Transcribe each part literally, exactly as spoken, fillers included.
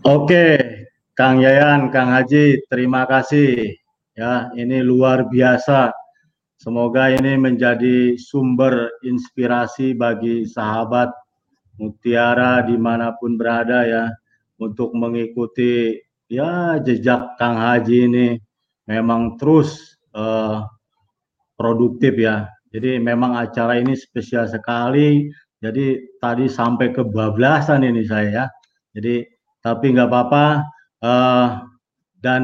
Oke, Kang Yayan, Kang Haji, terima kasih. Ya, ini luar biasa. Semoga ini menjadi sumber inspirasi bagi sahabat Mutiara dimanapun berada ya, untuk mengikuti ya jejak Kang Haji ini memang terus eh, produktif ya. Jadi memang acara ini spesial sekali. Jadi tadi sampai kebablasan ini saya ya. Jadi tapi nggak apa-apa. eh, dan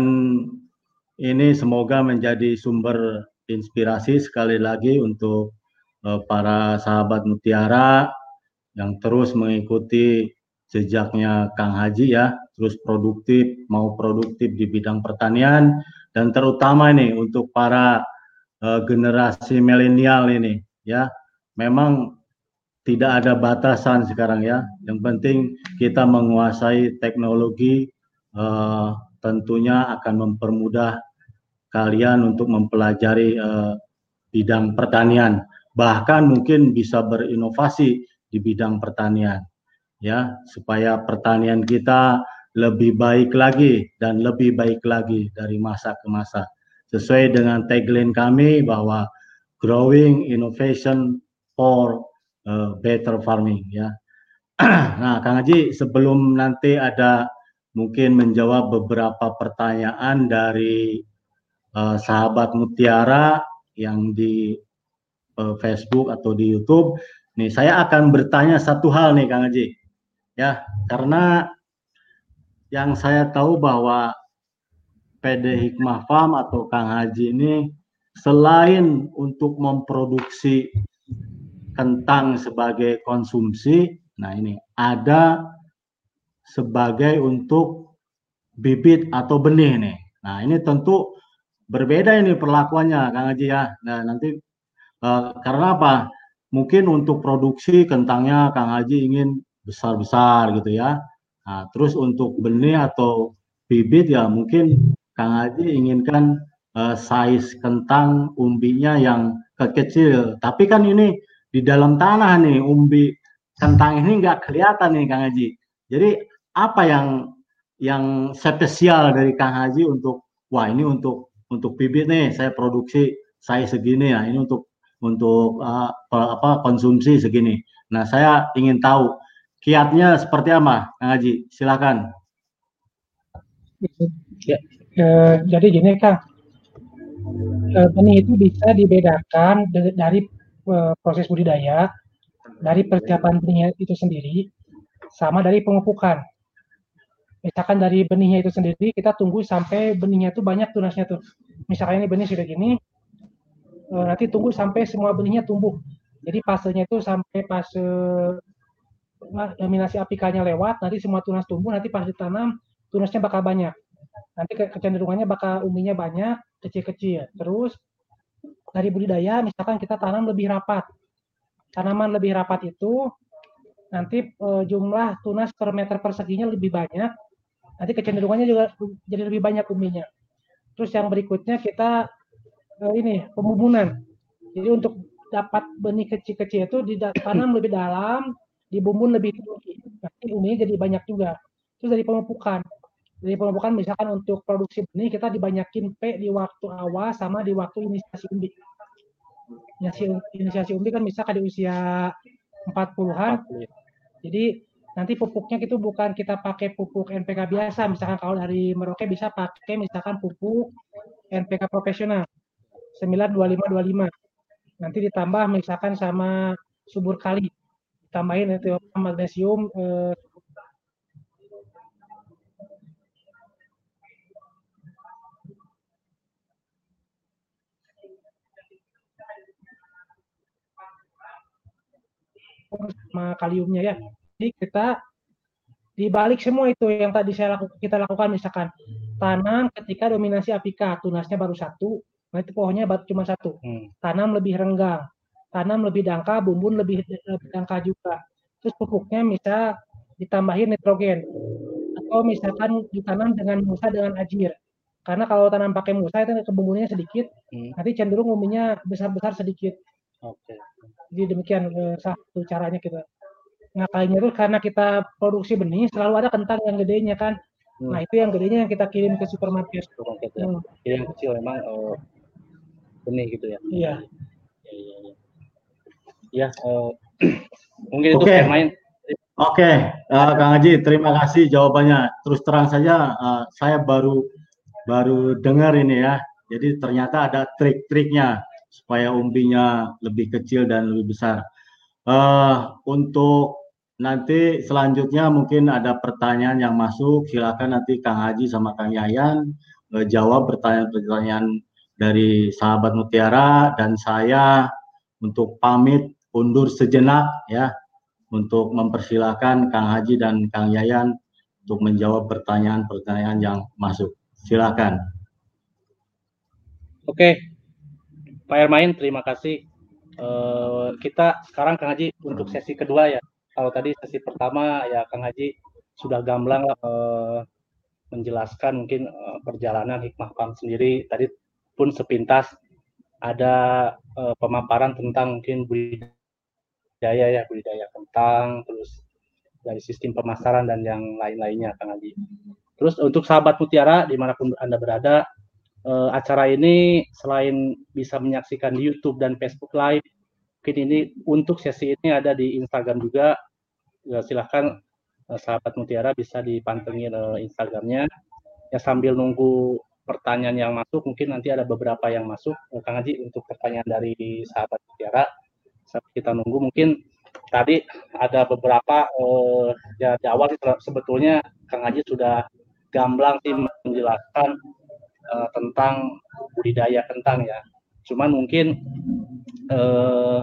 ini semoga menjadi sumber inspirasi sekali lagi untuk eh, para sahabat Mutiara yang terus mengikuti jejaknya Kang Haji ya, terus produktif, mau produktif di bidang pertanian, dan terutama ini untuk para eh, generasi milenial ini ya, memang tidak ada batasan sekarang ya. Yang penting kita menguasai teknologi, eh, tentunya akan mempermudah kalian untuk mempelajari eh, bidang pertanian, bahkan mungkin bisa berinovasi di bidang pertanian ya, supaya pertanian kita lebih baik lagi dan lebih baik lagi dari masa ke masa. Sesuai dengan tagline kami bahwa growing innovation for uh, better farming ya. Nah, Kang Haji, sebelum nanti ada mungkin menjawab beberapa pertanyaan dari uh, sahabat Mutiara yang di uh, Facebook atau di YouTube, nih saya akan bertanya satu hal nih Kang Haji. Ya, karena yang saya tahu bahwa P D Hikmah Farm atau Kang Haji ini selain untuk memproduksi kentang sebagai konsumsi, nah ini ada sebagai untuk bibit atau benih nih. Nah, ini tentu berbeda ini perlakuannya Kang Haji ya. Nah, nanti eh, karena apa? Mungkin untuk produksi kentangnya Kang Haji ingin besar-besar gitu ya. Nah, terus untuk benih atau bibit ya mungkin Kang Haji inginkan eh, size kentang umbinya yang kecil. Tapi kan ini di dalam tanah nih umbi kentang ini nggak kelihatan nih Kang Haji. Jadi apa yang yang spesial dari Kang Haji untuk wah ini untuk untuk bibit nih saya produksi saya segini ya ini untuk untuk uh, apa konsumsi segini. Nah, saya ingin tahu kiatnya seperti apa, Kang Haji? Silakan. Ya, eh, jadi gini Kang, eh, benih itu bisa dibedakan de- dari eh, proses budidaya, dari persiapan benihnya itu sendiri, sama dari pemupukan. Misalkan dari benihnya itu sendiri, kita tunggu sampai benihnya itu banyak tunasnya tuh. Misalkan ini benih sudah gini, eh, nanti tunggu sampai semua benihnya tumbuh. Jadi fasenya itu sampai fase dominasi apikanya lewat, nanti semua tunas tumbuh, nanti pas ditanam tunasnya bakal banyak. Nanti kecenderungannya bakal umbinya banyak, kecil-kecil. Terus dari budidaya, misalkan kita tanam lebih rapat. Tanaman lebih rapat itu nanti e, jumlah tunas per meter perseginya lebih banyak. Nanti kecenderungannya juga jadi lebih banyak umbinya. Terus yang berikutnya kita e, ini pembubunan. Jadi untuk dapat benih kecil-kecil itu ditanam lebih dalam, dibumbun lebih tinggi. Nanti umbinya jadi banyak juga. Terus dari pemupukan. Dari pemupukan misalkan untuk produksi benih kita dibanyakin P di waktu awal sama di waktu inisiasi umbi. Inisiasi, inisiasi umbi kan misalkan di usia empat puluhan. Jadi nanti pupuknya itu bukan kita pakai pupuk N P K biasa. Misalkan kalau dari Merauke bisa pakai misalkan pupuk N P K profesional sembilan dua lima dua lima. Nanti ditambah misalkan sama subur kali. Tambahin itu magnesium eh, sama kaliumnya ya. Jadi kita dibalik semua itu yang tadi saya laku, kita lakukan misalkan tanam ketika dominasi apika tunasnya baru satu, nah itu pohonnya baru cuma satu. Tanam lebih renggang, tanam lebih dangkal, bumbun lebih, lebih dangkal juga. Terus pupuknya bisa ditambahin nitrogen atau misalkan ditanam dengan musa dengan ajir. Karena kalau tanam pakai musa itu kebumbunnya sedikit, nanti cenderung umbinya besar-besar sedikit. Oke. Jadi demikian eh, satu caranya kita. Nah, kalinya itu karena kita produksi benih selalu ada kentang yang gedenya kan. Hmm. Nah itu yang gedenya yang kita kirim ke supermarket. Supermarket ya. Hmm. Jadi yang kecil memang uh, benih gitu ya. Iya. Ya, ya, ya. Ya, uh, mungkin itu okay. main. Oke, okay. uh, Kang Haji, terima kasih jawabannya. Terus terang saja, uh, saya baru baru dengar ini ya. Jadi ternyata ada trik-triknya supaya umbinya lebih kecil dan lebih besar. Uh, untuk nanti selanjutnya mungkin ada pertanyaan yang masuk. Silakan nanti Kang Haji sama Kang Yayan uh, jawab pertanyaan-pertanyaan dari sahabat Mutiara, dan saya untuk pamit undur sejenak ya, untuk mempersilahkan Kang Haji dan Kang Yayan untuk menjawab pertanyaan-pertanyaan yang masuk. Silakan. Oke, Pak Ermain, terima kasih. Uh, kita sekarang Kang Haji untuk sesi kedua ya. Kalau tadi sesi pertama ya Kang Haji sudah gamblang lah uh, menjelaskan mungkin uh, perjalanan hikmah P A M sendiri. Tadi pun sepintas ada uh, pemaparan tentang mungkin budidaya ya, budidaya kentang, terus dari sistem pemasaran dan yang lain-lainnya Kang Haji. Terus untuk sahabat Mutiara dimanapun Anda berada, uh, acara ini selain bisa menyaksikan di YouTube dan Facebook Live, mungkin ini untuk sesi ini ada di Instagram juga. Ya, silahkan uh, sahabat Mutiara bisa dipantengin uh, Instagramnya. Ya sambil nunggu pertanyaan yang masuk, mungkin nanti ada beberapa yang masuk. Uh, Kang Haji untuk pertanyaan dari sahabat Mutiara, sampai kita nunggu. Mungkin tadi ada beberapa uh, ya di awal sebetulnya Kang Haji sudah gamblang sih menjelaskan uh, tentang budidaya kentang ya. Cuman mungkin uh,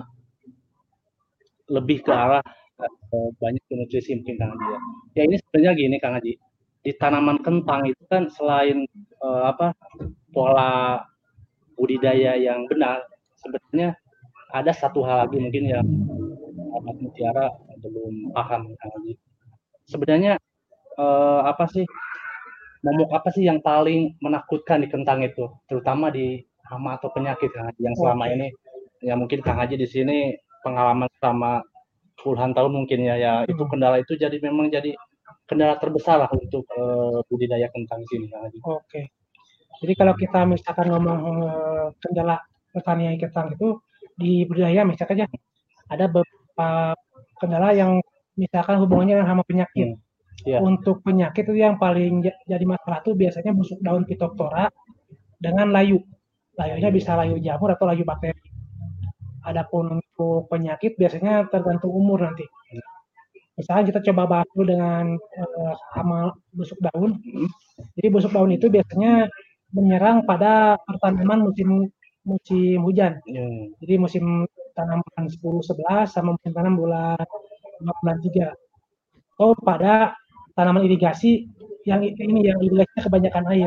lebih ke arah uh, banyak nutrisi mungkin Kang Haji ya. Ya ini sebenarnya gini Kang Haji, di tanaman kentang itu kan selain uh, apa pola budidaya yang benar, sebenarnya ada satu hal lagi mungkin yang sahabat Mutiara belum paham Kang Haji. Sebenarnya uh, apa sih momok apa sih yang paling menakutkan di kentang itu, terutama di hama atau penyakit Kang Haji yang selama ini ya mungkin Kang Haji di sini pengalaman sama puluhan tahun mungkin ya, ya itu kendala itu jadi memang jadi kendala terbesar lah untuk uh, budidaya kentang di sini Kang Haji. Oke. Okay. Jadi kalau kita misalkan ngomong uh, kendala pertanian kentang itu di budidaya misalkan ya ada beberapa kendala yang misalkan hubungannya dengan hama penyakit. Hmm. Yeah. Untuk penyakit itu yang paling jadi masalah itu biasanya busuk daun Phytophthora dengan layu. Layunya bisa layu jamur atau layu bakteri. Adapun untuk penyakit biasanya tergantung umur nanti. Misalnya kita coba bahas dulu dengan uh, hama busuk daun. Jadi busuk daun itu biasanya menyerang pada pertanaman musim musim hujan. Jadi musim tanaman sepuluh sebelas sama musim tanam bulan lima bulan tiga. Atau pada tanaman irigasi yang ini yang irigasinya kebanyakan air.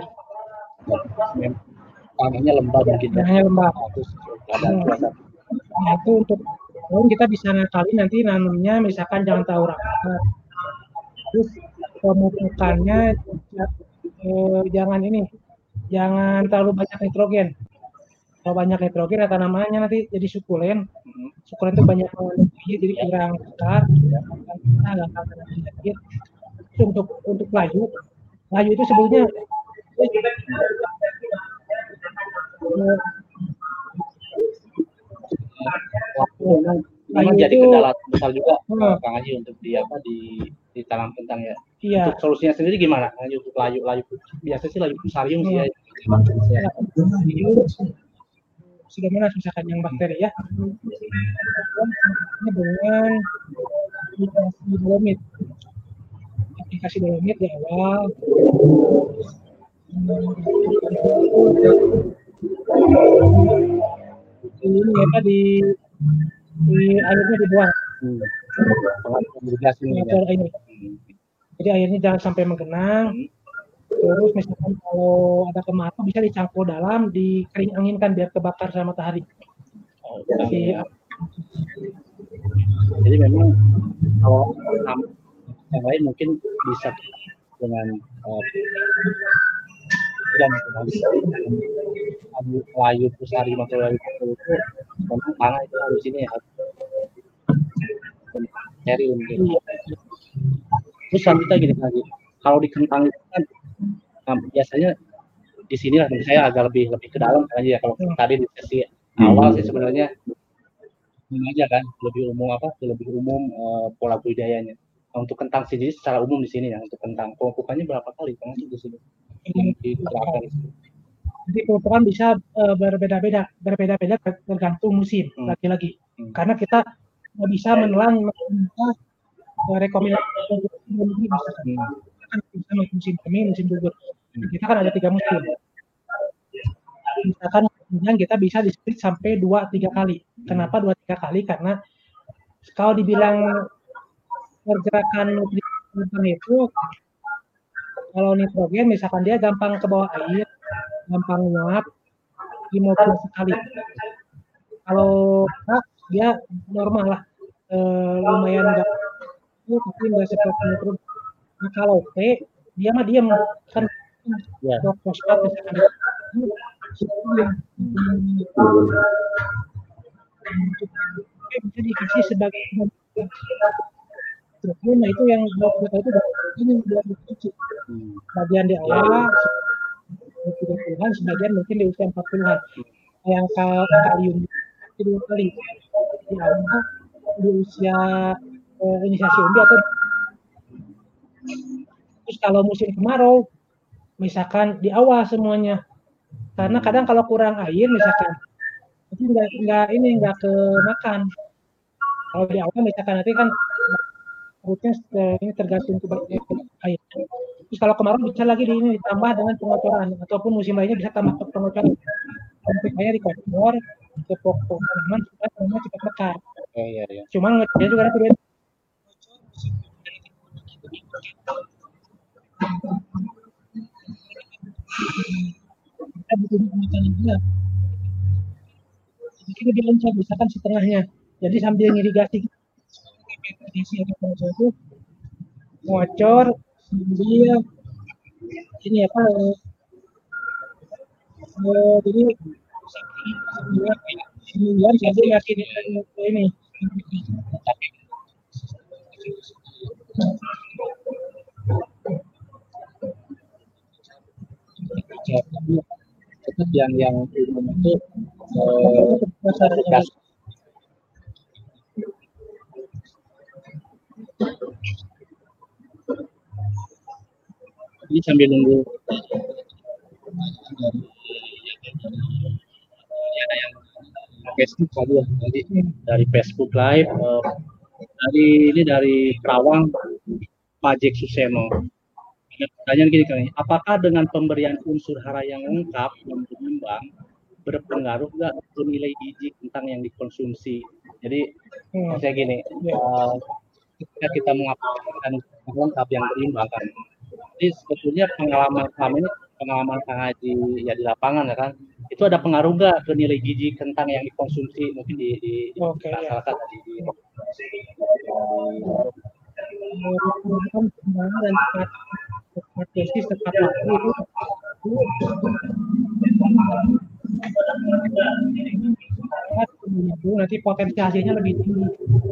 Tanahnya lembab mungkin. Tanahnya lembab. Nah, nah itu untuk daun kita bisa ngakali nanti nanamnya misalkan jangan tahu rapat. Terus pemupukannya eh, jangan ini, jangan terlalu banyak nitrogen. Kalau banyak nitrogen ya tanamannya nanti jadi sukulen. Sukulen itu banyak mengandung gizi jadi kurang besar. Kita nggak akan kena penyakit. Untuk untuk layu, layu itu sebetulnya memang, memang jadi kendala besar juga hmm. Kang Haji untuk di apa di di tanam kentang ya. Iya. Untuk solusinya sendiri gimana? Kang Haji untuk layu layu biasa sih layu fusarium hmm. sih ya. ya. Sudah mana misalkan yang bakteri ya. Ini dengan aplikasi dolomit. Aplikasi dolomit di awal. Ini ya di di airnya dibuang. Hmm. Ini. Jadi airnya jangan sampai menggenang. Hmm. Terus misalkan kalau ada kemarau bisa dicampur dalam, dikering anginkan biar kebakar sama matahari. Oh, jadi, jadi memang kalau yang lain mungkin bisa dengan uh, dan layu pusari atau layu itu memang tanah itu harus ini ya steril mungkin. Terus selanjutnya gini lagi, kalau di kentang itu kan Nah, biasanya di sini lah menurut saya agak lebih lebih ke dalam aja ya. Kalau tadi di sesi awal sih sebenarnya ini aja kan lebih umum apa lebih umum uh, pola budidayanya. Nah, untuk kentang sendiri secara umum di sini ya untuk kentang pemupukannya berapa kali Kang di sini yang diterapkan di sini? Jadi pemupukan bisa uh, berbeda-beda, berbeda-beda tergantung musim hmm. lagi-lagi. Hmm. Karena kita nggak bisa menelan uh, rekomendasi hmm. kan bisa musim kami, musim gugur. Hmm. Kita kan ada tiga musim. Misalkan kemudian kita bisa di split sampai dua tiga kali. Kenapa dua tiga kali? Karena kalau dibilang pergerakan nutrien itu kalau nitrogen misalkan dia gampang ke bawah air, gampang nguap, lima puluh sekali. Kalau enggak, dia normal lah, e, lumayan enggak, tapi enggak seperti nitrogen. Nah, kalau P, dia mah diam kan, ya. Fosfat misalkan bisa dikasih sebagai nah itu yang kita itu ini dua cuci bagian di awal tiga puluhan sebagian mungkin di usia empat puluhan yang kalium itu dua kali di awal di usia eh, inisiasi umbi atau terus kalau musim kemarau misalkan di awal semuanya karena kadang kalau kurang air misalkan itu enggak, enggak ini enggak kemakan kalau di awal misalkan nanti kan rutenya ini tergantung kebanyakan air. Terus kalau kemarau bisa lagi di ini ditambah dengan pengocoran ataupun musim lainnya bisa tambah pengocoran. Sampai dikocor ke pokok tanaman supaya tanaman cepat mekar. Oh, iya, iya. Cuman ngeceknya juga nanti dia kita butuh pengocoran juga. Jadi lebih lancar, misalkan setengahnya. Jadi sambil ngirigasi irigasi atau pengocoran itu ngocor sambil ini apa uh, jadi sembilan sambil yakin ini yang yang umum itu uh, ini sambil nunggu ya ada yang Facebook tadi dari, dari Facebook Live uh, dari ini dari Kerawang Majek Suseno. Ada pertanyaan gini kali, apakah dengan pemberian unsur hara yang lengkap dan berimbang berpengaruh nggak ke nilai gizi kentang yang dikonsumsi? Jadi hmm. saya gini, uh, ketika kita mengaplikasikan lengkap yang berimbang kan, jadi sebetulnya pengalaman kami ini pengalaman Kang Haji ya di lapangan ya kan, itu ada pengaruh nggak ke nilai gizi kentang yang dikonsumsi mungkin di, di, di okay, masyarakat ya. di, di, dan tepat tepat dosis tepat waktu itu nanti potensi hasilnya lebih tinggi.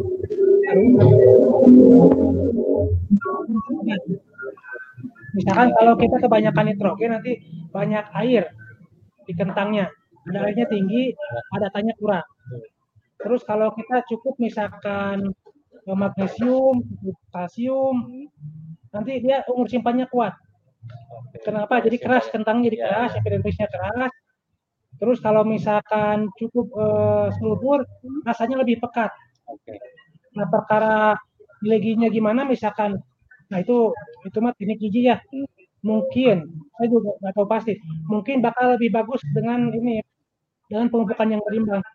Misalkan kalau kita kebanyakan nitrogen nanti banyak air di kentangnya, ada airnya tinggi, adatanya kurang. Terus kalau kita cukup misalkan magnesium, kalsium, nanti dia umur simpannya kuat. Kenapa? Jadi keras kentangnya jadi keras, epidermisnya keras. Terus kalau misalkan cukup uh, sulfur, rasanya lebih pekat. Nah perkara nilai gizinya gimana? Misalkan, nah itu itu mah teknik gizi ya. Mungkin, saya juga nggak tahu pasti. Mungkin bakal lebih bagus dengan ini, dengan pemupukan yang berimbang.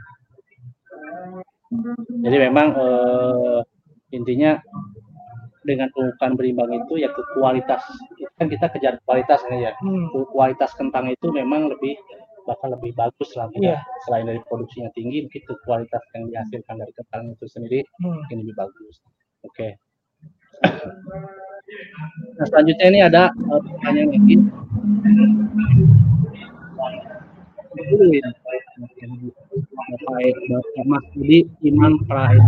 Jadi memang uh, intinya dengan pemupukan berimbang itu ya ke kualitas, kan kita kejar kualitas ya. Hmm. Kualitas kentang itu memang lebih bakal lebih bagus lah ya. Yeah. Selain dari produksinya tinggi, mungkin ke kualitas yang dihasilkan dari kentang itu sendiri hmm. ini lebih bagus. Oke. Okay. Nah selanjutnya ini ada uh, pertanyaan lagi. Bapak Mas Budi Iman Praet.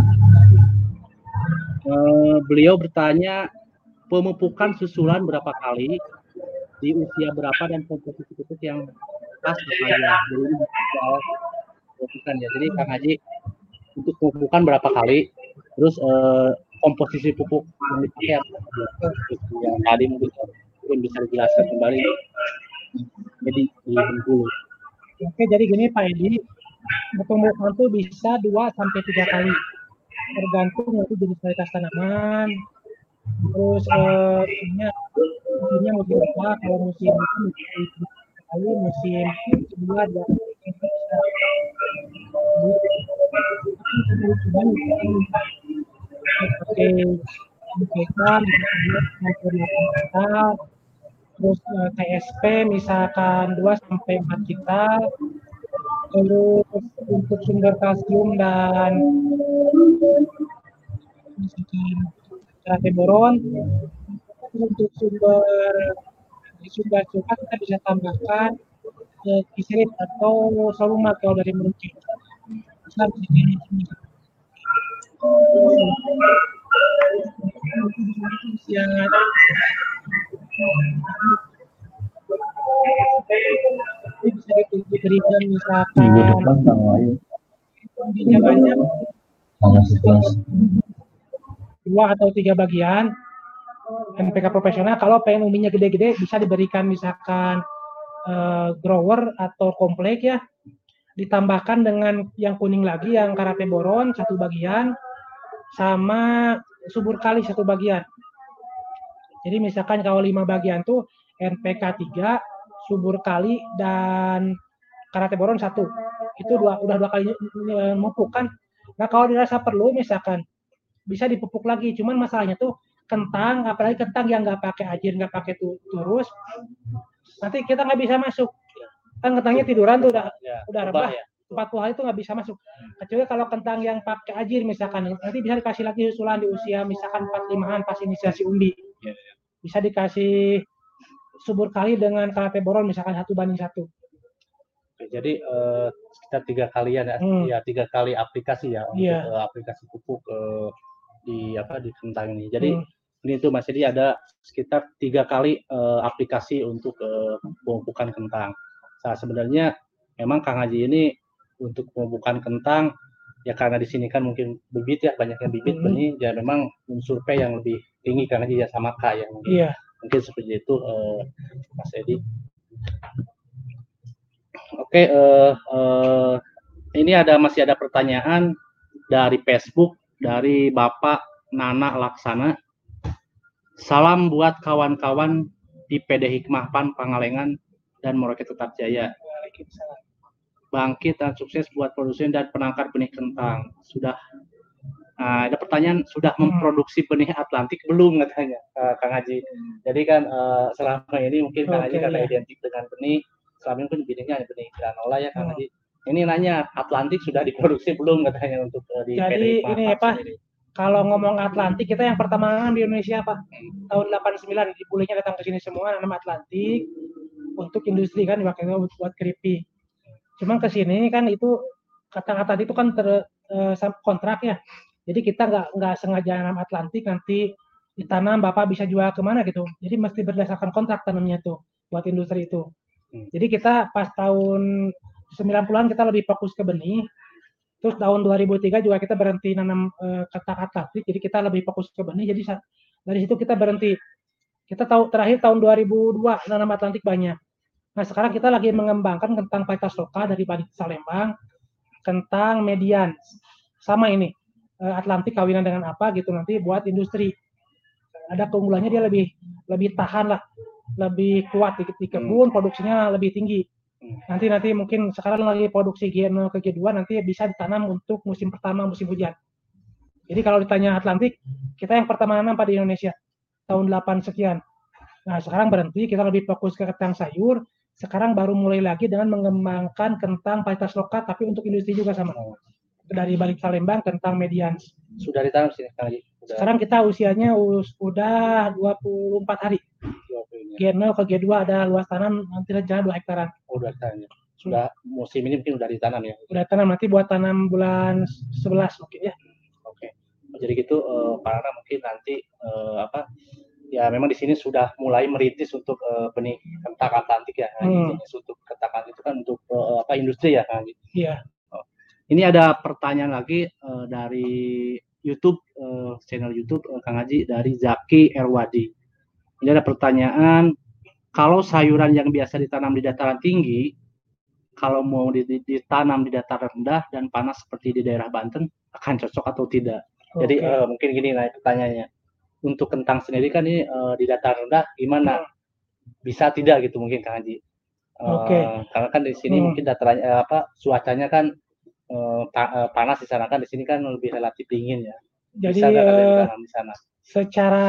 Uh, beliau bertanya pemupukan susulan berapa kali di usia berapa dan komposisi pupuk yang pas apa aja. Jadi ini soal pemupukan ya. Jadi Kang Haji untuk pemupukan berapa kali, terus eh, komposisi pupuk yang dipakai apa aja. Yang tadi mungkin, mungkin bisa dijelaskan kembali. Jadi di Bengkulu. Oke, jadi gini Pak Edi, pemupukan tuh bisa dua sampai tiga kali. Tergantung nanti jenis varietas tanaman. Terus eh ininya, musimnya musim apa? Kalau musim itu musim kali, musim kedua dua kali. Oke, misalkan sampai delapan kintal, terus eh, T S P misalkan dua sampai empat kintal, terus untuk sumber kalsium dan misalkan karate boron, untuk sumber sumber suka kita bisa tambahkan eh, kisrit atau solumat kalau dari meruncing. Bisa ya, bisa diberikan misalkan minggu depan tanggal lain tingginya banyak tanggal sebelas dua atau tiga bagian. N P K profesional kalau pengen umbinya gede-gede bisa diberikan misalkan eh, grower atau komplek ya, ditambahkan dengan yang kuning lagi yang karate boron satu bagian sama subur kali satu bagian. Jadi misalkan kalau lima bagian tuh N P K tiga, subur kali dan karate boron satu. Itu dua udah dua kali memupuk kan. Nah kalau dirasa perlu misalkan bisa dipupuk lagi. Cuman masalahnya tuh kentang, apalagi kentang yang nggak pakai ajir, nggak pakai turus, nanti kita nggak bisa masuk. Kan kentangnya tiduran tuh udah Ya, udah rebah rebah. ya. empat puluh hari itu nggak bisa masuk. Kecuali kalau kentang yang pakai ajir misalkan, nanti bisa dikasih lagi susulan di usia misalkan empat puluh limaan pas inisiasi umbi. Ya, ya. Bisa dikasih subur kali dengan karate boron misalkan satu banding satu. Oke, jadi eh, sekitar tiga kalian ya, Hmm. ya tiga kali aplikasi ya untuk Iya. eh, aplikasi pupuk eh, di apa di kentang ini. Jadi Hmm. ini tuh Mas Edi ada sekitar tiga kali eh, aplikasi untuk eh, pemupukan kentang. Nah sebenarnya memang Kang Haji ini untuk pemupukan kentang ya karena di sini kan mungkin bibit ya banyaknya bibit Hmm. benih ya memang unsur P yang lebih tinggi karena dia sama K ya mungkin. Iya. Mungkin seperti itu eh, Mas Edi. Oke, eh, eh, ini ada masih ada pertanyaan dari Facebook dari Bapak Nana Laksana. Salam buat kawan-kawan di P D Hikmah P A N Pangalengan dan Merauke Tetap Jaya. Bangkit dan sukses buat produsen dan penangkar benih kentang. Sudah nah, ada pertanyaan sudah memproduksi benih Atlantik belum katanya uh, Kang Haji. Jadi kan uh, selama ini mungkin Kang Haji Oke, karena iya. identik dengan benih, selama ini kan benihnya benih granola ya Kang Hmm. Haji. Ini nanya Atlantik sudah diproduksi belum katanya untuk uh, di P D Jadi Hikmah ini P A N apa? sendiri. Kalau ngomong Atlantik kita yang pertama nanam di Indonesia apa? Tahun delapan puluh sembilan di bulannya datang ke sini semua nanam Atlantik untuk industri kan dipakai buat, buat keripik. Cuman ke sini kan itu kata-kata itu kan ter eh, kontrak ya. Jadi kita nggak nggak sengaja nanam Atlantik nanti ditanam Bapak bisa jual kemana gitu. Jadi mesti berdasarkan kontrak tanamnya tuh buat industri itu. Jadi kita pas tahun sembilan puluhan kita lebih fokus ke benih. Terus tahun dua ribu tiga juga kita berhenti nanam e, ketak Atlantik, jadi kita lebih fokus ke benih. Jadi dari situ kita berhenti. Kita tahu terakhir tahun dua ribu dua nanam Atlantik banyak. Nah sekarang kita lagi mengembangkan kentang varietas lokal dari Bali Salembang, kentang median, sama ini e, Atlantik kawinan dengan apa gitu nanti buat industri. Ada keunggulannya dia lebih lebih tahan lah, lebih kuat di, di kebun, produksinya lebih tinggi. Nanti nanti mungkin sekarang lagi produksi G nol ke G dua nanti bisa ditanam untuk musim pertama musim hujan. Jadi kalau ditanya Atlantik, kita yang pertama nanam pada Indonesia tahun delapan sekian. Nah sekarang berhenti, kita lebih fokus ke kentang sayur. Sekarang baru mulai lagi dengan mengembangkan kentang varietas lokal tapi untuk industri juga sama. Dari Balik Salembang kentang median. Sudah ditanam sih Kang Haji. Sekarang kita usianya us, udah dua puluh empat hari. G nol ke G dua ada luas tanam nanti rencana dua hektaran. Oh, dua hektaran. Sudah musim ini mungkin udah ditanam ya. Udah tanam nanti buat tanam bulan sebelas mungkin ya. Oke. Jadi gitu uh, Pak Nana mungkin nanti uh, apa ya memang di sini sudah mulai merintis untuk uh, benih kentak Atlantik ya. Nah, Hmm. jenis untuk kentak Atlantik itu kan untuk uh, apa industri ya Kang Haji. Iya. Oh. Ini ada pertanyaan lagi uh, dari YouTube, uh, channel YouTube uh, Kang Haji dari Zaki Erwadi. Ini ada pertanyaan, kalau sayuran yang biasa ditanam di dataran tinggi, kalau mau ditanam di dataran rendah dan panas seperti di daerah Banten, akan cocok atau tidak? Jadi Oke. uh, mungkin gini nah pertanyaannya. Untuk kentang sendiri kan ini uh, di dataran rendah gimana? Bisa tidak gitu mungkin Kang Haji? Uh, Oke. Karena kan di sini Hmm. mungkin dataran uh, apa cuacanya kan uh, pa- uh, panas di sana, kan di sini kan lebih relatif dingin ya. Jadi Bisa nggak kalian eh, tanam di sana? secara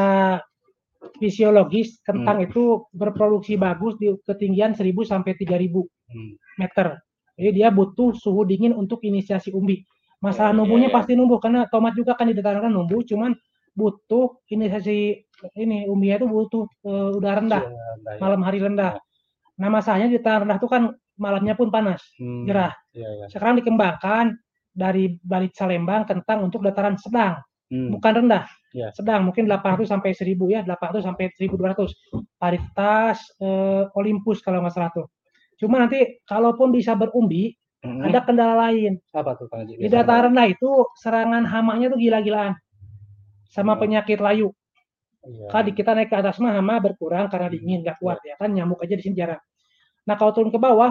fisiologis kentang Hmm. itu berproduksi bagus di ketinggian seribu sampai tiga ribu Hmm. meter. Jadi dia butuh suhu dingin untuk inisiasi umbi. Masalah Ya, numbuhnya ya, ya. pasti numbuh karena tomat juga kan di dataran rendah numbuh, cuman butuh inisiasi ini umbinya itu butuh uh, udara rendah, Suhu rendah, ya. malam hari rendah. Nah masalahnya di dataran rendah itu kan malamnya pun panas, Hmm. gerah. Ya, ya. Sekarang dikembangkan dari Balik Salembang kentang untuk dataran sedang, Hmm. bukan rendah. Ya. Sedang mungkin delapan ratus sampai seribu ya, delapan ratus sampai seribu dua ratus. Varietas eh, Olympus kalau nggak salah tuh. Cuma nanti kalaupun bisa berumbi, Hmm. ada kendala lain. Apa tuh Kang Haji? Di dataran rendah itu serangan hamanya tuh gila-gilaan sama Oh. penyakit layu. Ya. Kan di kita naik ke atas mah hama berkurang karena dingin, nggak kuat ya kan, nyamuk aja di sini jarang. Nah kalau turun ke bawah,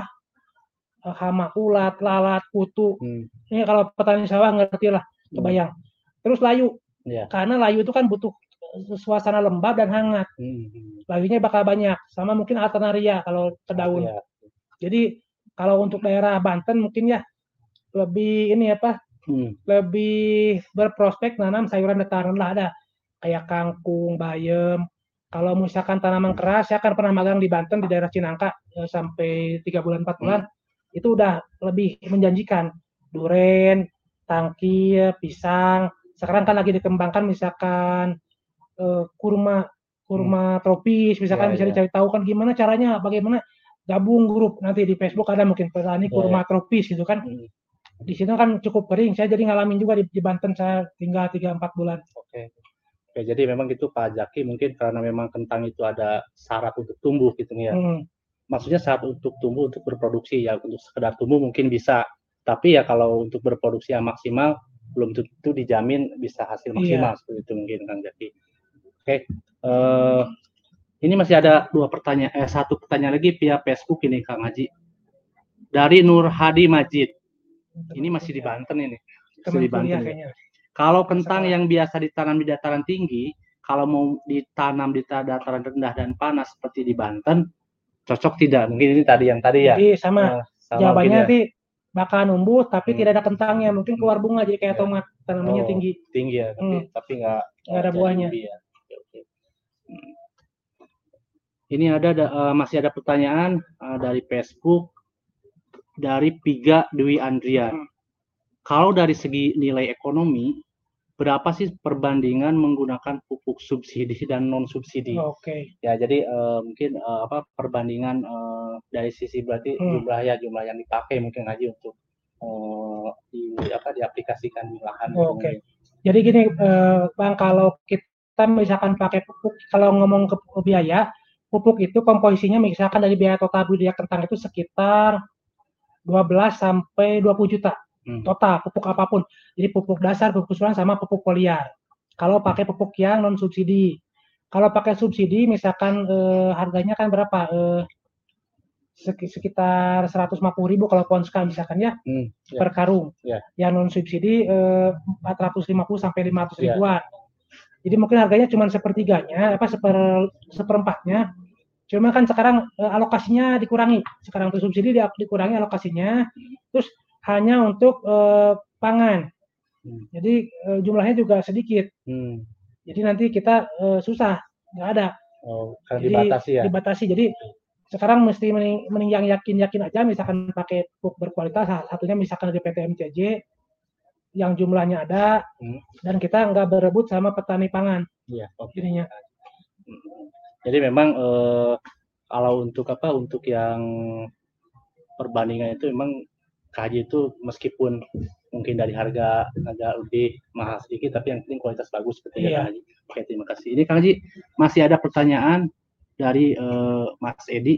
hama ulat, lalat, kutu. Hmm. Ini kalau petani sawah ngerti lah, kebayang. Terus layu, Ya. karena layu itu kan butuh suasana lembab dan hangat. Hmm. Layunya bakal banyak, sama mungkin alternaria kalau ke daun. Ya. Jadi kalau untuk daerah Banten mungkin ya lebih ini apa? Hmm. Lebih berprospek nanam sayuran dataran rendah, ada kayak kangkung, bayam. Kalau misalkan tanaman keras, saya kan pernah magang di Banten di daerah Cinangka eh, sampai tiga bulan empat bulan. Hmm. Itu udah lebih menjanjikan. Duren, tangkil, pisang. Sekarang kan lagi dikembangkan misalkan eh, kurma, kurma hmm. tropis, misalkan ya, bisa ya. Dicari tahu kan gimana caranya, bagaimana gabung grup nanti di Facebook ada mungkin petani kurma ya, ya. Tropis gitu kan. Hmm. Di sini kan cukup kering, saya jadi ngalamin juga di, di Banten, saya tinggal tiga empat bulan. Oke. Oke, jadi memang gitu Pak Zaki, mungkin karena memang kentang itu ada syarat untuk tumbuh gitu ya. Hmm. Maksudnya syarat untuk tumbuh, untuk berproduksi ya, untuk sekedar tumbuh mungkin bisa, tapi ya kalau untuk berproduksi yang maksimal belum tentu dijamin bisa hasil maksimal, iya. Seperti itu mungkin Kang Zaki. Oke, uh, ini masih ada dua pertanyaan, eh satu pertanyaan lagi via Facebook ini Kang Haji. Dari Nur Hadi Majid. Ini masih di Banten ini. Masih di Banten ya. Kalau kentang yang biasa ditanam di dataran tinggi, kalau mau ditanam di dataran rendah dan panas seperti di Banten, cocok tidak? Mungkin ini tadi yang tadi ya. Jadi sama, uh, sama jawabannya nanti ya. Bakal numbuh tapi hmm. tidak ada kentangnya, mungkin keluar bunga jadi kayak ya. Tomat, tanamannya oh, tinggi. Tinggi ya, tapi hmm. tapi nggak ada buahnya. Ya. Oke, oke. Hmm. Ini ada uh, masih ada pertanyaan uh, dari Facebook dari Piga Dwi Andrian. Hmm. Kalau dari segi nilai ekonomi, berapa sih perbandingan menggunakan pupuk subsidi dan non subsidi? Oke. Okay. Ya, jadi uh, mungkin uh, apa perbandingan uh, dari sisi berarti hmm. jumlah ya jumlah yang dipakai mungkin aja untuk uh, di apa diaplikasikan di lahan. Oke. Okay. Jadi gini, uh, Bang, kalau kita misalkan pakai pupuk, kalau ngomong ke biaya, pupuk itu komposisinya misalkan dari biaya total budidaya kentang itu sekitar dua belas sampai dua puluh juta. Hmm. Total pupuk apapun, jadi pupuk dasar, pupuk susulan sama pupuk foliar. Kalau pakai pupuk yang non subsidi, kalau pakai subsidi misalkan eh, harganya kan berapa? Eh, sekitar seratus lima puluh ribu kalau pohon sekali misalkan ya, hmm, yeah. per karung. Yeah. Yang non subsidi eh, empat ratus lima puluh sampai lima ratus ribuan. Yeah. Jadi mungkin harganya cuma sepertiganya, apa seper seperempatnya. Cuma kan sekarang eh, alokasinya dikurangi. Sekarang untuk subsidi dikurangi alokasinya. Terus hanya untuk uh, pangan, hmm. jadi uh, jumlahnya juga sedikit. Hmm. Jadi nanti kita uh, susah, nggak ada. Oh, jadi dibatasi ya? Dibatasi. Jadi sekarang mesti mending, mending yang yakin-yakin aja, misalkan pakai pupuk berkualitas, satunya misalkan dari P T M C J, yang jumlahnya ada, hmm. dan kita nggak berebut sama petani pangan. Iya. Okay. Jadinya. Jadi memang uh, kalau untuk apa? Untuk yang perbandingan itu memang K H J itu meskipun mungkin dari harga agak lebih mahal sedikit, tapi yang penting kualitas bagus seperti Iya. Kang Haji. Oke, terima kasih. Ini Kang Haji masih ada pertanyaan dari eh, Mas Edi,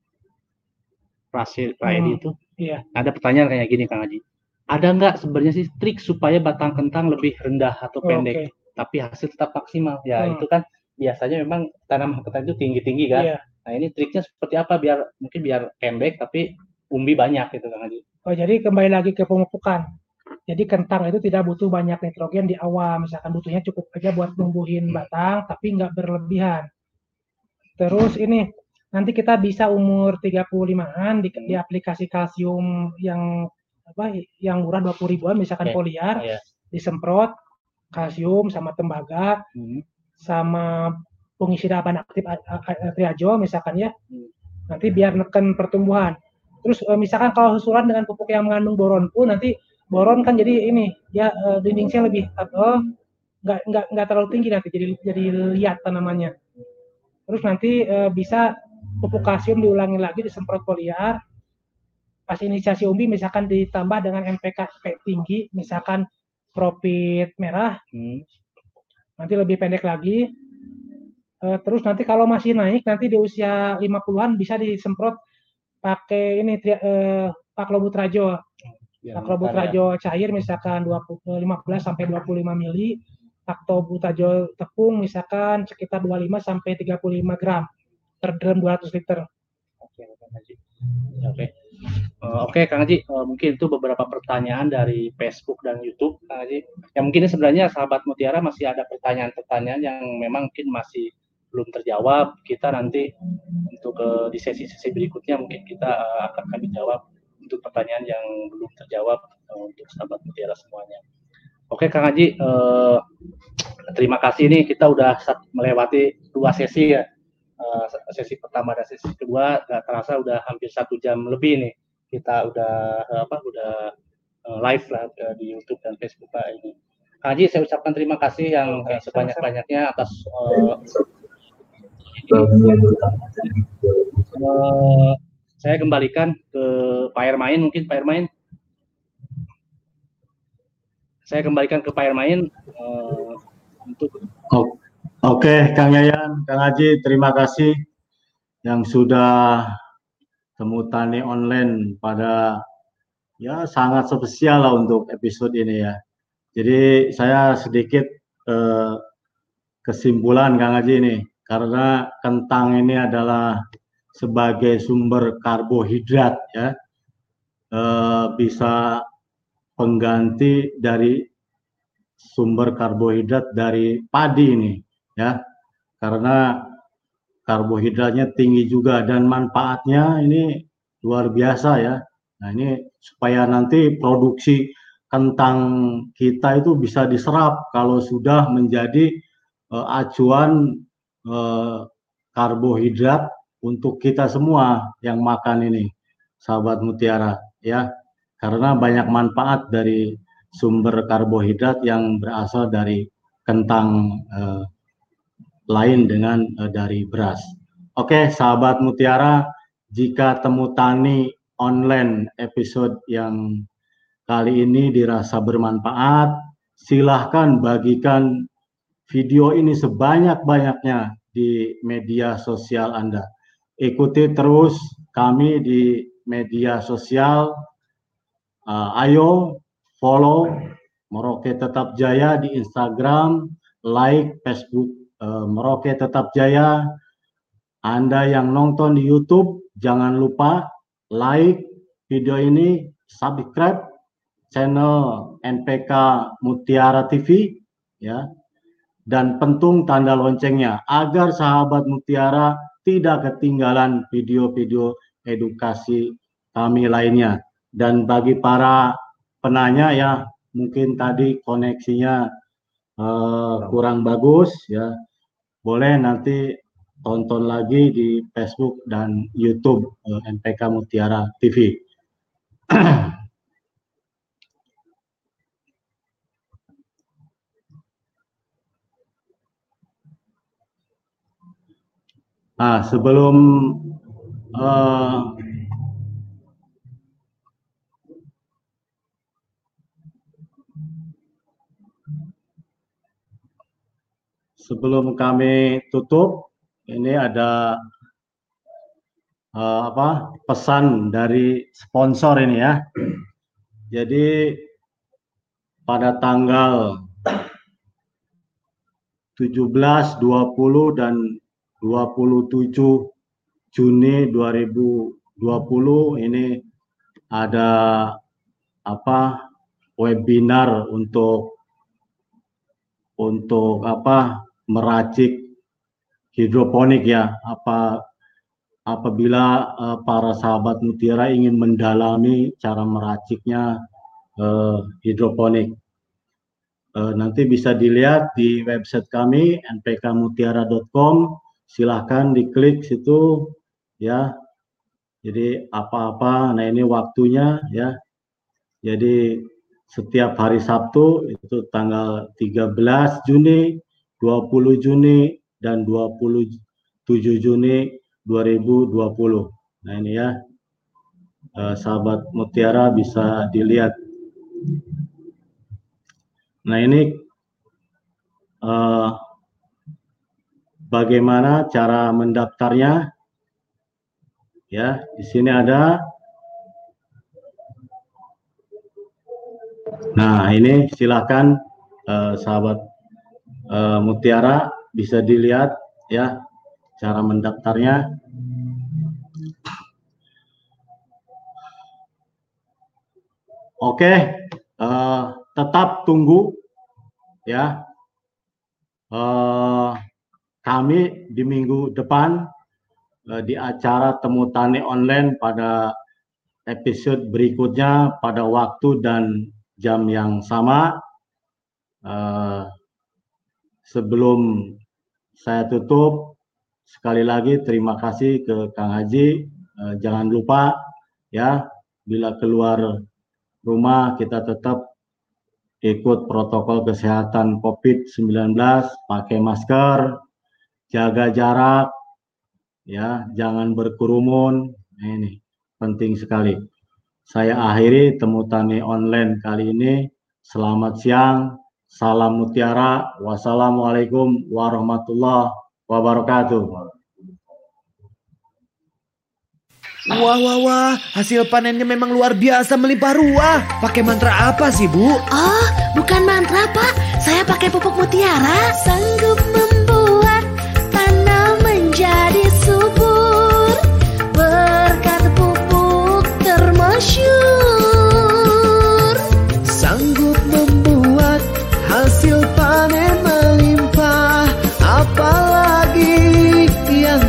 Prasid Pak Edi Hmm, itu. iya. Ada pertanyaan kayak gini Kang Haji. Ada nggak sebenarnya sih trik supaya batang kentang lebih rendah atau pendek, Oke. tapi hasil tetap maksimal? Ya Hmm. itu kan biasanya memang tanaman kentang itu tinggi-tinggi kan. Iya. Nah ini triknya seperti apa biar mungkin biar pendek tapi umbi banyak gitu Kang Haji. Oh, jadi kembali lagi ke pemupukan. Jadi kentang itu tidak butuh banyak nitrogen di awal, misalkan butuhnya cukup aja buat numbuhin batang, tapi nggak berlebihan. Terus ini, nanti kita bisa umur tiga puluh limaan di, di aplikasi kalsium yang apa yang murah dua puluh ribuan, misalkan Oke. foliar, Oh, ya. disemprot kalsium sama tembaga, Hmm. sama fungisida aktif triazol misalkan ya, Hmm. nanti biar neken pertumbuhan. Terus eh, misalkan kalau susulan dengan pupuk yang mengandung boron pun nanti boron kan jadi ini ya eh, dindingnya lebih tebal, nggak nggak nggak terlalu tinggi nanti jadi jadi liat tanamannya. Terus nanti eh, bisa pupuk kalsium diulangi lagi disemprot foliar. Pas inisiasi umbi misalkan ditambah dengan N P K tinggi, misalkan profit merah, Hmm. nanti lebih pendek lagi. Uh, terus nanti kalau masih naik nanti di usia lima puluhan bisa disemprot pakai ini uh, Paklobutrajo. Paklobutrajo cair misalkan dua puluh, lima belas sampai dua puluh lima mili, Paklobutrajo tepung misalkan sekitar dua puluh lima sampai tiga puluh lima gram per drum dua ratus liter. Oke, Kang Haji. Oke. Uh, Oke, Kang Haji, uh, mungkin itu beberapa pertanyaan dari Facebook dan YouTube, Kang Haji. Yang mungkin sebenarnya sahabat Mutiara masih ada pertanyaan-pertanyaan yang memang mungkin masih belum terjawab. Kita nanti untuk uh, di sesi-sesi berikutnya mungkin kita uh, akan kami jawab untuk pertanyaan yang belum terjawab uh, untuk sahabat Mutiara semuanya. Oke, Kang Haji, uh, terima kasih nih kita udah melewati dua sesi ya. Uh, sesi pertama dan sesi kedua gak terasa udah hampir satu jam lebih nih kita udah uh, apa udah uh, live lah uh, di YouTube dan Facebook Pak ini. Kang Haji, saya ucapkan terima kasih yang uh, sebanyak-banyaknya atas uh, uh, saya kembalikan ke Pak Ermain, mungkin Pak Ermain. Saya kembalikan ke Pak Ermain uh, untuk. Oh. Oke, Kang Yayan, Kang Haji, terima kasih yang sudah temu tani online pada ya sangat spesial lah untuk episode ini ya. Jadi saya sedikit eh, kesimpulan Kang Haji ini, karena kentang ini adalah sebagai sumber karbohidrat ya, eh, bisa pengganti dari sumber karbohidrat dari padi ini ya, karena karbohidratnya tinggi juga dan manfaatnya ini luar biasa ya. Nah ini supaya nanti produksi kentang kita itu bisa diserap kalau sudah menjadi uh, acuan uh, karbohidrat untuk kita semua yang makan ini, sahabat Mutiara ya, karena banyak manfaat dari sumber karbohidrat yang berasal dari kentang uh, lain dengan uh, dari beras. Oke, sahabat Mutiara, jika temu tani online episode yang kali ini dirasa bermanfaat, silahkan bagikan video ini sebanyak-banyaknya di media sosial Anda. Ikuti terus kami di media sosial. Uh, ayo follow Merauke Tetap Jaya di Instagram, like Facebook uh, Merauke Tetap Jaya. Anda yang nonton di YouTube, jangan lupa like video ini, subscribe channel N P K Mutiara T V, ya, dan pentung tanda loncengnya agar sahabat Mutiara tidak ketinggalan video-video edukasi kami lainnya. Dan bagi para penanya ya, mungkin tadi koneksinya uh, kurang bagus ya, boleh nanti tonton lagi di Facebook dan YouTube uh, N P K Mutiara T V. Nah, sebelum uh, sebelum kami tutup, ini ada uh, apa pesan dari sponsor ini ya. Jadi pada tanggal tujuh belas, dua puluh, dan dua puluh tujuh Juni dua ribu dua puluh ini ada apa webinar untuk untuk apa meracik hidroponik ya. Apa apabila uh, para sahabat Mutiara ingin mendalami cara meraciknya uh, hidroponik, uh, nanti bisa dilihat di website kami n p k mutiara dot com. Silahkan diklik situ ya. Jadi apa-apa, nah ini waktunya ya. Jadi setiap hari Sabtu itu tanggal tiga belas Juni, dua puluh Juni, dan dua puluh tujuh Juni dua ribu dua puluh. Nah ini ya, eh, sahabat Mutiara bisa dilihat. Nah ini eh, bagaimana cara mendaftarnya? Ya, di sini ada. Nah, ini silakan eh, sahabat eh, Mutiara bisa dilihat ya cara mendaftarnya. Oke, eh, tetap tunggu ya. Eh, kami di minggu depan di acara Temu Tani Online pada episode berikutnya pada waktu dan jam yang sama. Uh, sebelum saya tutup, sekali lagi terima kasih ke Kang Haji. Uh, jangan lupa ya, bila keluar rumah kita tetap ikut protokol kesehatan covid sembilan belas, pakai masker, jaga jarak, ya, jangan berkerumun. Nah, ini penting sekali. Saya akhiri Temu Tani Online kali ini. Selamat siang, salam Mutiara, wassalamualaikum warahmatullahi wabarakatuh. Wah, wah, wah, hasil panennya memang luar biasa melimpah ruah. Pakai mantra apa sih, Bu? Oh, bukan mantra, Pak. Saya pakai pupuk Mutiara. Sanggup membuat tanah menjadi subur berkat pupuk termasyur. Sanggup membuat hasil panen melimpah, apalagi yang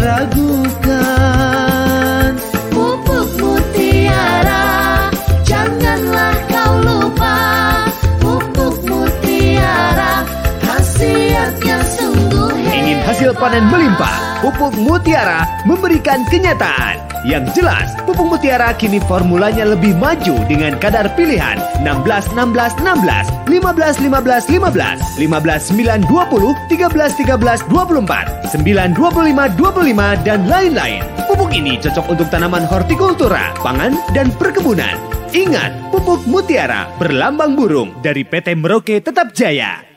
diragukan. Pupuk Mutiara, janganlah kau lupa. Pupuk Mutiara, khasiatnya sungguh hebat. Ingin hasil panen melimpah, pupuk Mutiara memberikan kenyataan. Yang jelas, pupuk Mutiara kini formulanya lebih maju dengan kadar pilihan enam belas, enam belas, enam belas, lima belas, lima belas, lima belas, lima belas, sembilan, dua puluh, tiga belas, tiga belas, dua puluh empat, sembilan, dua puluh lima, dua puluh lima, dan lain-lain. Pupuk ini cocok untuk tanaman hortikultura, pangan, dan perkebunan. Ingat, pupuk Mutiara berlambang burung dari P T Merauke Tetap Jaya.